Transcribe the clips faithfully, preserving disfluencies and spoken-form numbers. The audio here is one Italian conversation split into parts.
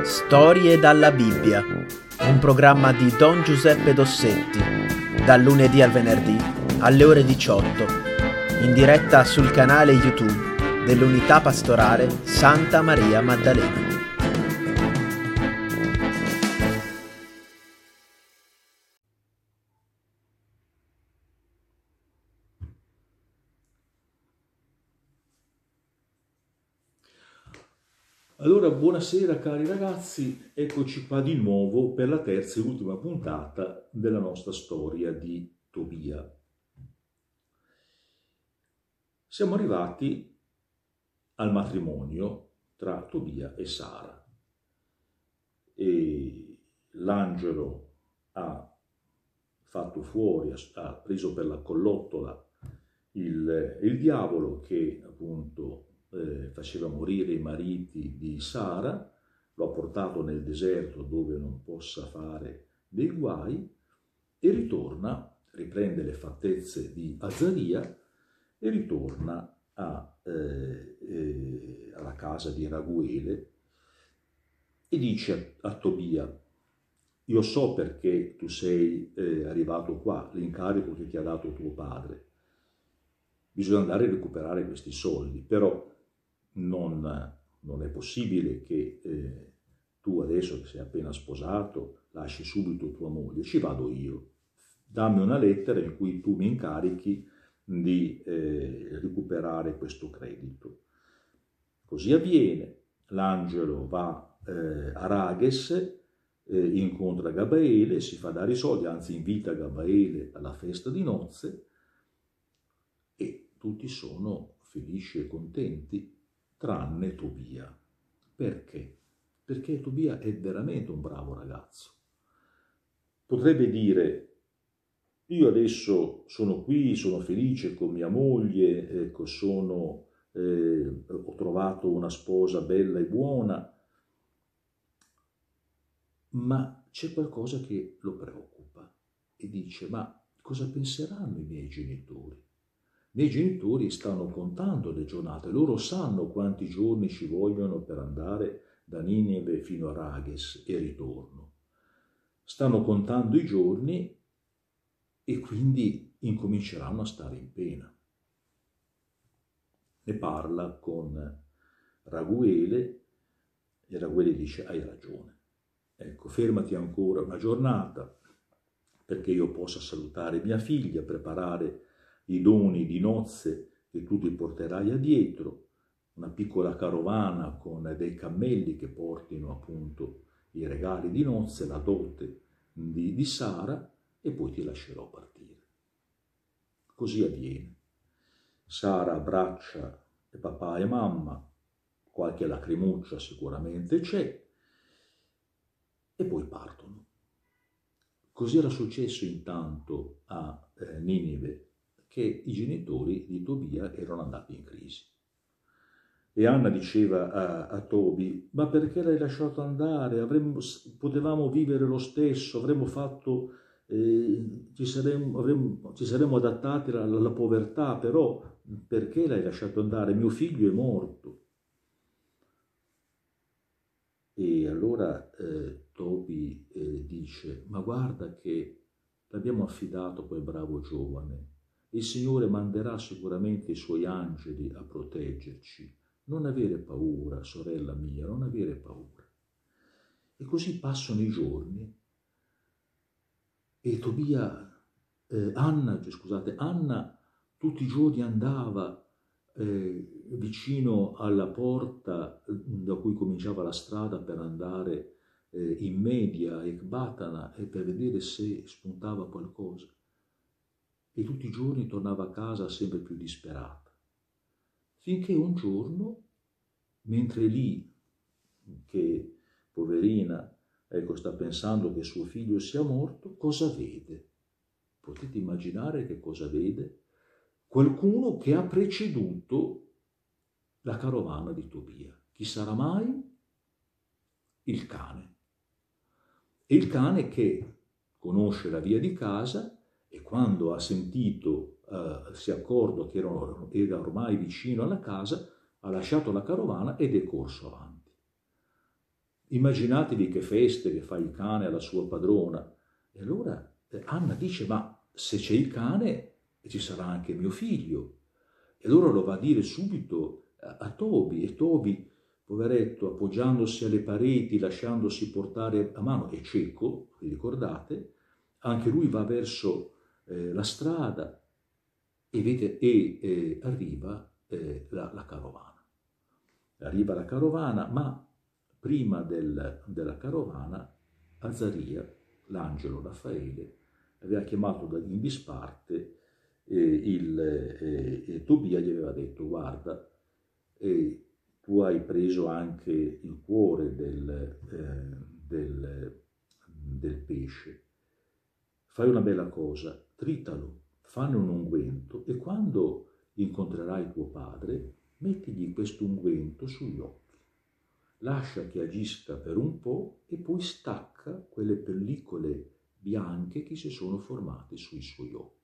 Storie dalla Bibbia, un programma di Don Giuseppe Dossetti, dal lunedì al venerdì alle ore diciotto, in diretta sul canale YouTube dell'Unità Pastorale Santa Maria Maddalena. Allora, buonasera cari ragazzi, eccoci qua di nuovo per la terza e ultima puntata della nostra storia di Tobia. Siamo arrivati al matrimonio tra Tobia e Sara e l'angelo ha fatto fuori, ha preso per la collottola il, il diavolo che appunto Eh, faceva morire i mariti di Sara, lo ha portato nel deserto dove non possa fare dei guai e ritorna, riprende le fattezze di Azaria e ritorna a, eh, eh, alla casa di Raguele e dice a Tobia: io so perché tu sei eh, arrivato qua, l'incarico che ti ha dato tuo padre, bisogna andare a recuperare questi soldi, però Non, non è possibile che eh, tu adesso che sei appena sposato lasci subito tua moglie, ci vado io, dammi una lettera in cui tu mi incarichi di eh, recuperare questo credito. Così avviene, l'angelo va eh, a Rages, eh, incontra Gabriele, si fa dare i soldi, anzi invita Gabriele alla festa di nozze e tutti sono felici e contenti, tranne Tobia. Perché? Perché Tobia è veramente un bravo ragazzo. Potrebbe dire: io adesso sono qui, sono felice con mia moglie, ecco, sono, eh, ho trovato una sposa bella e buona, ma c'è qualcosa che lo preoccupa e dice: ma cosa penseranno i miei genitori? I miei genitori stanno contando le giornate, loro sanno quanti giorni ci vogliono per andare da Ninive fino a Rages e ritorno. Stanno contando i giorni e quindi incominceranno a stare in pena. Ne parla con Raguele e Raguele dice: hai ragione, ecco, fermati ancora una giornata perché io possa salutare mia figlia, preparare i doni di nozze che tu ti porterai addietro, una piccola carovana con dei cammelli che portino appunto i regali di nozze, la dote di, di Sara, e poi ti lascerò partire. Così avviene. Sara abbraccia papà e mamma, qualche lacrimuccia sicuramente c'è, e poi partono. Così era successo intanto a eh, Ninive, che i genitori di Tobia erano andati in crisi. E Anna diceva a, a Tobi: ma perché l'hai lasciato andare? Avremmo, potevamo vivere lo stesso, avremmo fatto, eh, ci, saremmo, avremmo, ci saremmo adattati alla, alla povertà, però perché l'hai lasciato andare? Mio figlio è morto. E allora eh, Tobi eh, dice: ma guarda che l'abbiamo affidato a quel bravo giovane, il Signore manderà sicuramente i suoi angeli a proteggerci. Non avere paura, sorella mia, non avere paura. E così passano i giorni e Tobia, eh, Anna, scusate, Anna tutti i giorni andava eh, vicino alla porta da cui cominciava la strada per andare eh, in Media e Ecbatana e per vedere se spuntava qualcosa. E tutti i giorni tornava a casa sempre più disperata, finché un giorno, mentre lì, che poverina, ecco, sta pensando che suo figlio sia morto, cosa vede? Potete immaginare che cosa vede? Qualcuno che ha preceduto la carovana di Tobia. Chi sarà mai? Il cane. E il cane che conosce la via di casa, e quando ha sentito, uh, si è accorto che era, era ormai vicino alla casa, ha lasciato la carovana ed è corso avanti. immaginatevi che feste che fa il cane alla sua padrona. E allora Anna dice, ma se c'è il cane ci sarà anche mio figlio. E allora lo va a dire subito a, a Tobi, e Tobi, poveretto, appoggiandosi alle pareti, lasciandosi portare a mano, è cieco, vi ricordate, anche lui va verso eh, la strada e, vede, e eh, arriva eh, la, la carovana. Arriva la carovana, ma prima del, della carovana Azaria, l'angelo Raffaele, aveva chiamato in disparte eh, il, eh, eh, Tobia, gli aveva detto, guarda, eh, tu hai preso anche il cuore del, eh, del, del pesce, fai una bella cosa, tritalo, fanne un unguento e quando incontrerai tuo padre, mettigli questo unguento sugli occhi, lascia che agisca per un po' e poi stacca quelle pellicole bianche che si sono formate sui suoi occhi.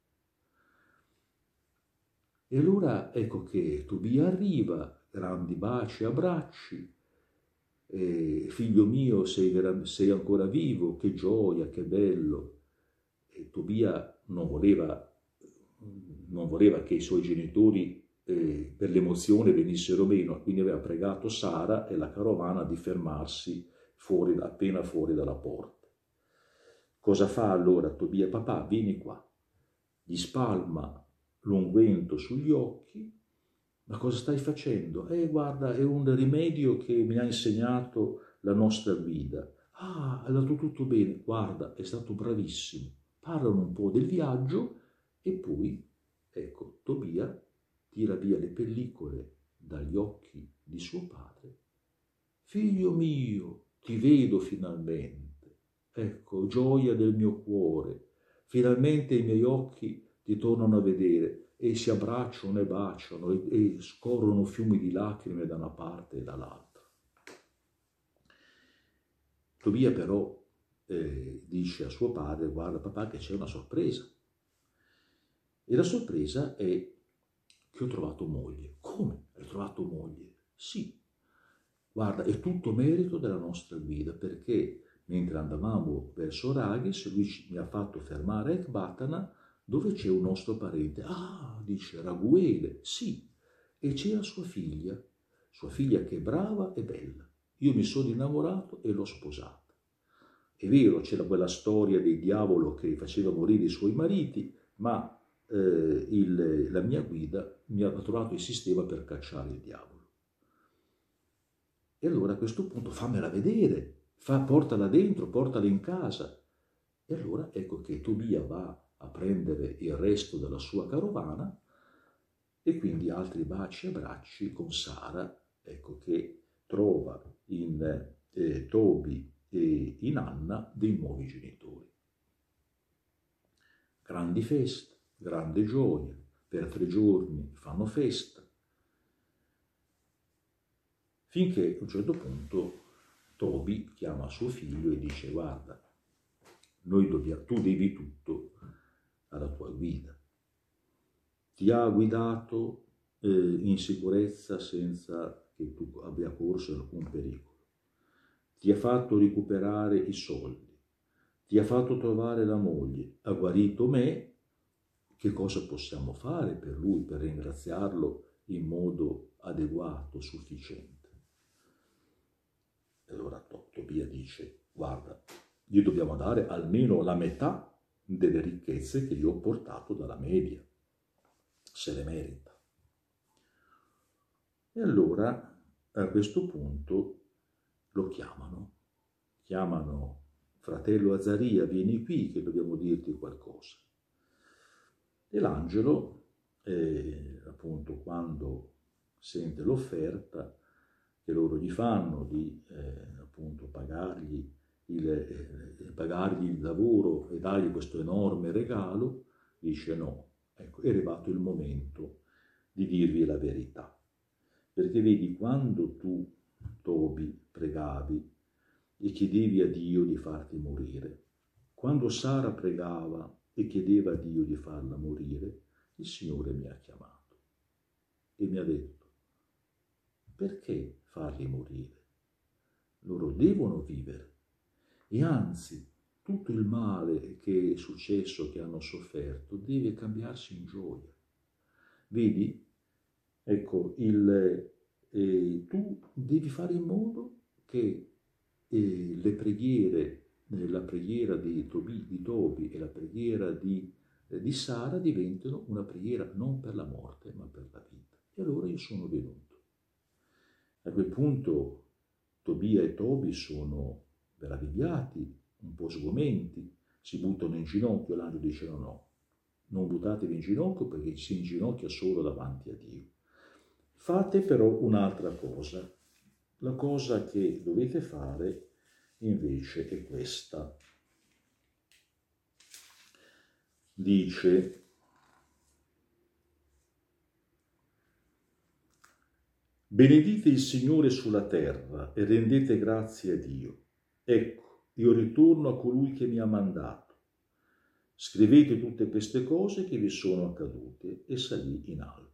E allora ecco che Tobia arriva, grandi baci, abbracci, eh, figlio mio sei, sei ancora vivo, che gioia, che bello. E Tobia non voleva, non voleva che i suoi genitori eh, per l'emozione venissero meno, quindi aveva pregato Sara e la carovana di fermarsi fuori, appena fuori dalla porta. Cosa fa allora Tobia? Papà, vieni qua. Gli spalma l'unguento sugli occhi. Ma cosa stai facendo? Eh, guarda, è un rimedio che mi ha insegnato la nostra guida. Ah, è andato tutto bene. Guarda, è stato bravissimo. Parlano un po' del viaggio e poi, ecco, Tobia tira via le pellicole dagli occhi di suo padre. Figlio mio, ti vedo finalmente. Ecco, gioia del mio cuore. Finalmente i miei occhi ti tornano a vedere e si abbracciano e baciano e, e scorrono fiumi di lacrime da una parte e dall'altra. Tobia però eh, dice a suo padre, guarda papà che c'è una sorpresa. E la sorpresa è che ho trovato moglie. Come? Hai trovato moglie? Sì. Guarda, è tutto merito della nostra guida, perché mentre andavamo verso Raghes, lui mi ha fatto fermare a Ecbatana, dove c'è un nostro parente. Ah, dice, Raguele, sì, e c'era sua figlia, sua figlia che è brava e bella. Io mi sono innamorato e l'ho sposata. È vero, c'era quella storia del diavolo che faceva morire i suoi mariti, ma eh, il, la mia guida mi ha trovato il sistema per cacciare il diavolo. E allora a questo punto fammela vedere, fa, portala dentro, portala in casa. E allora ecco che Tobia va a prendere il resto della sua carovana e quindi altri baci e abbracci con Sara, ecco che trova in eh, Tobi e in Anna dei nuovi genitori. Grandi feste, grande gioia, per tre giorni fanno festa, finché a un certo punto Tobi chiama suo figlio e dice, guarda, noi dobbiamo, tu devi tutto alla tua guida. Ti ha guidato eh, in sicurezza senza che tu abbia corso alcun pericolo. Ti ha fatto recuperare i soldi. Ti ha fatto trovare la moglie. Ha guarito me. Che cosa possiamo fare per lui, per ringraziarlo in modo adeguato, sufficiente? E allora Tobia dice, guarda, gli dobbiamo dare almeno la metà delle ricchezze che io ho portato dalla media, se le merita. E allora a questo punto lo chiamano, chiamano fratello Azaria, vieni qui che dobbiamo dirti qualcosa. E l'angelo, eh, appunto, quando sente l'offerta che loro gli fanno di eh, appunto pagargli il, eh, pagargli il lavoro e dargli questo enorme regalo, dice no, ecco, è arrivato il momento di dirvi la verità. Perché vedi, quando tu, Tobi, pregavi e chiedevi a Dio di farti morire, quando Sara pregava e chiedeva a Dio di farla morire, il Signore mi ha chiamato e mi ha detto, perché farli morire? loro devono vivere. E anzi, tutto il male che è successo, che hanno sofferto, deve cambiarsi in gioia. Vedi? Ecco, il, eh, tu devi fare in modo che eh, le preghiere, eh, la preghiera di Tobi, di Tobi e la preghiera di, eh, di Sara diventino una preghiera non per la morte, ma per la vita. E allora io sono venuto. A quel punto Tobia e Tobi sono meravigliati, un po' sgomenti, si buttano in ginocchio, l'angelo dice no, no, non buttatevi in ginocchio perché si inginocchia solo davanti a Dio. Fate però un'altra cosa, la cosa che dovete fare invece è questa. Dice, benedite il Signore sulla terra e rendete grazie a Dio. Ecco, io ritorno a colui che mi ha mandato. Scrivete tutte queste cose che vi sono accadute e salì in alto.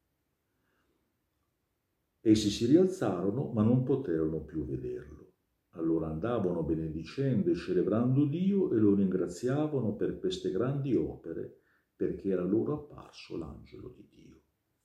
Essi si rialzarono, ma non poterono più vederlo. Allora andavano benedicendo e celebrando Dio e lo ringraziavano per queste grandi opere, perché era loro apparso l'angelo di Dio.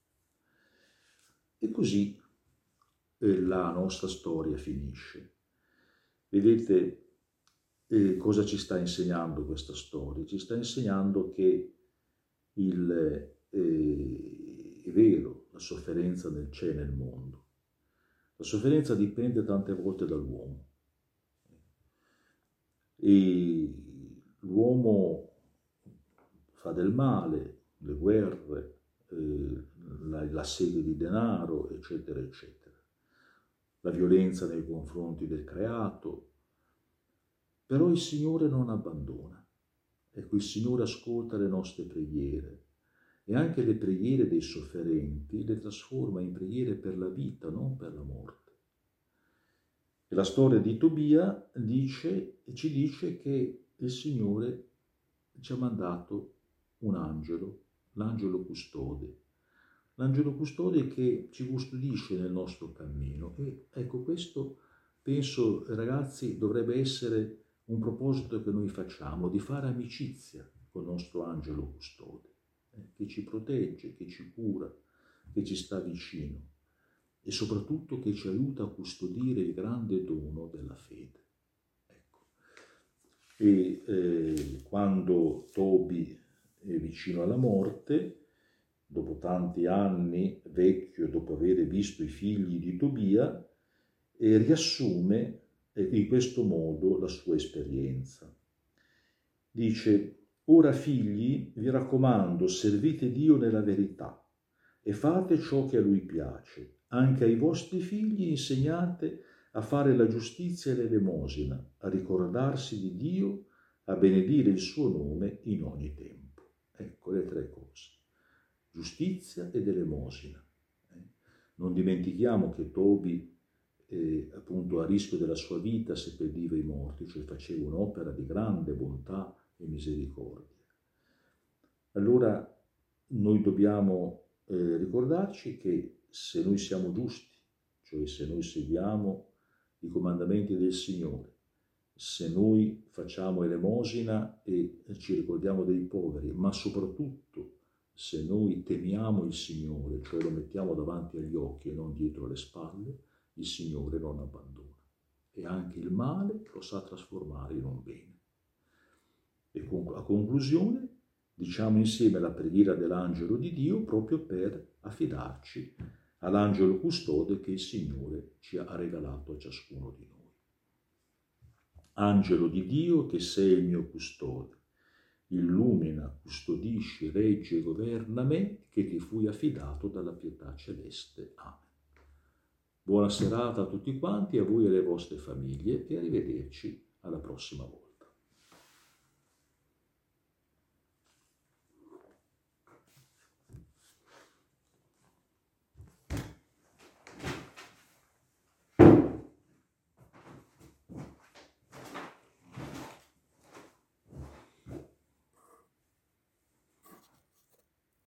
E così la nostra storia finisce. Vedete eh, cosa ci sta insegnando questa storia? Ci sta insegnando che il, eh, è vero, la sofferenza c'è nel mondo. La sofferenza dipende tante volte dall'uomo. E l'uomo fa del male, le guerre, eh, la, la sete di denaro, eccetera, eccetera. La violenza nei confronti del creato. Però il Signore non abbandona. Ecco, il Signore ascolta le nostre preghiere e anche le preghiere dei sofferenti le trasforma in preghiere per la vita, non per la morte. E la storia di Tobia dice, ci dice che il Signore ci ha mandato un angelo, l'angelo custode. L'angelo custode che ci custodisce nel nostro cammino. E ecco, questo penso, ragazzi, dovrebbe essere un proposito che noi facciamo, di fare amicizia con il nostro angelo custode, eh, che ci protegge, che ci cura, che ci sta vicino e soprattutto che ci aiuta a custodire il grande dono della fede. Ecco. E eh, quando Tobi è vicino alla morte, dopo tanti anni, vecchio, dopo aver visto i figli di Tobia, eh, riassume in questo modo la sua esperienza. Dice, ora figli, vi raccomando, servite Dio nella verità e fate ciò che a Lui piace. Anche ai vostri figli insegnate a fare la giustizia e l'elemosina, a ricordarsi di Dio, a benedire il suo nome in ogni tempo. Ecco le tre cose. Giustizia ed elemosina. Non dimentichiamo che Tobi Eh, appunto a rischio della sua vita seppelliva i morti, cioè faceva un'opera di grande bontà e misericordia. Allora noi dobbiamo eh, ricordarci che se noi siamo giusti, cioè se noi seguiamo i comandamenti del Signore, se noi facciamo elemosina e ci ricordiamo dei poveri, ma soprattutto se noi temiamo il Signore, cioè lo mettiamo davanti agli occhi e non dietro le spalle, il Signore non abbandona e anche il male lo sa trasformare in un bene. E a conclusione diciamo insieme la preghiera dell'angelo di Dio proprio per affidarci all'angelo custode che il Signore ci ha regalato a ciascuno di noi. Angelo di Dio che sei il mio custode, illumina, custodisci, reggi e governa me che ti fui affidato dalla pietà celeste. Amen. Buona serata a tutti quanti, a voi e alle vostre famiglie e arrivederci alla prossima volta.